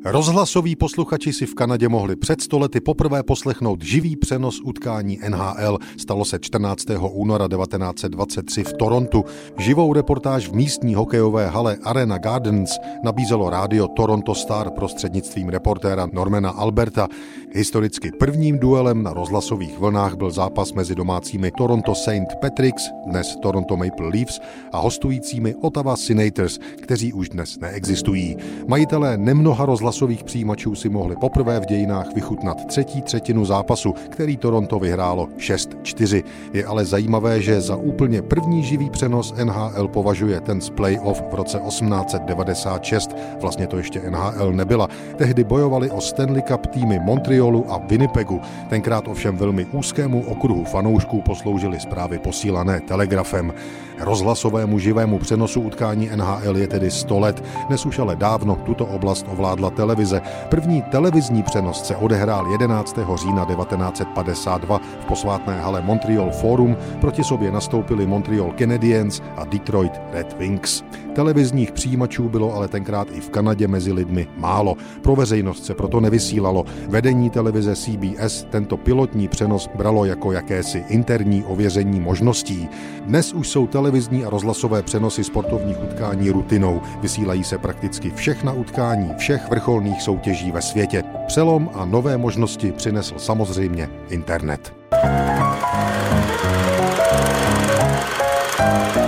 Rozhlasoví posluchači si v Kanadě mohli před 100 lety poprvé poslechnout živý přenos utkání NHL. Stalo se 14. února 1923 v Torontu. Živou reportáž v místní hokejové hale Arena Gardens nabízelo rádio Toronto Star prostřednictvím reportéra Normana Alberta. Historicky prvním duelem na rozhlasových vlnách byl zápas mezi domácími Toronto St. Patricks, dnes Toronto Maple Leafs, a hostujícími Ottawa Senators, kteří už dnes neexistují. Majitelé nemnoha rozhlasových přijímačů si mohli poprvé v dějinách vychutnat třetí třetinu zápasu, který Toronto vyhrálo 6-4. Je ale zajímavé, že za úplně první živý přenos NHL považuje ten z playoff v roce 1896. Vlastně to ještě NHL nebyla. Tehdy bojovali o Stanley Cup týmy Montrealu a Winnipegu. Tenkrát ovšem velmi úzkému okruhu fanoušků posloužily zprávy posílané telegrafem. Rozhlasovému živému přenosu utkání NHL je tedy 100 let. Dnes už ale dávno tuto oblast ovládla televize. První televizní přenos se odehrál 11. října 1952 v posvátné hale Montreal Forum. Proti sobě nastoupili Montreal Canadiens a Detroit Red Wings. Televizních přijímačů bylo ale tenkrát i v Kanadě mezi lidmi málo. Pro veřejnost se proto nevysílalo. Vedení televize CBS tento pilotní přenos bralo jako jakési interní ověření možností. Dnes už jsou televizní a rozhlasové přenosy sportovních utkání rutinou. Vysílají se prakticky všechna utkání všech vrcholných soutěží ve světě. Přelom a nové možnosti přinesl samozřejmě internet.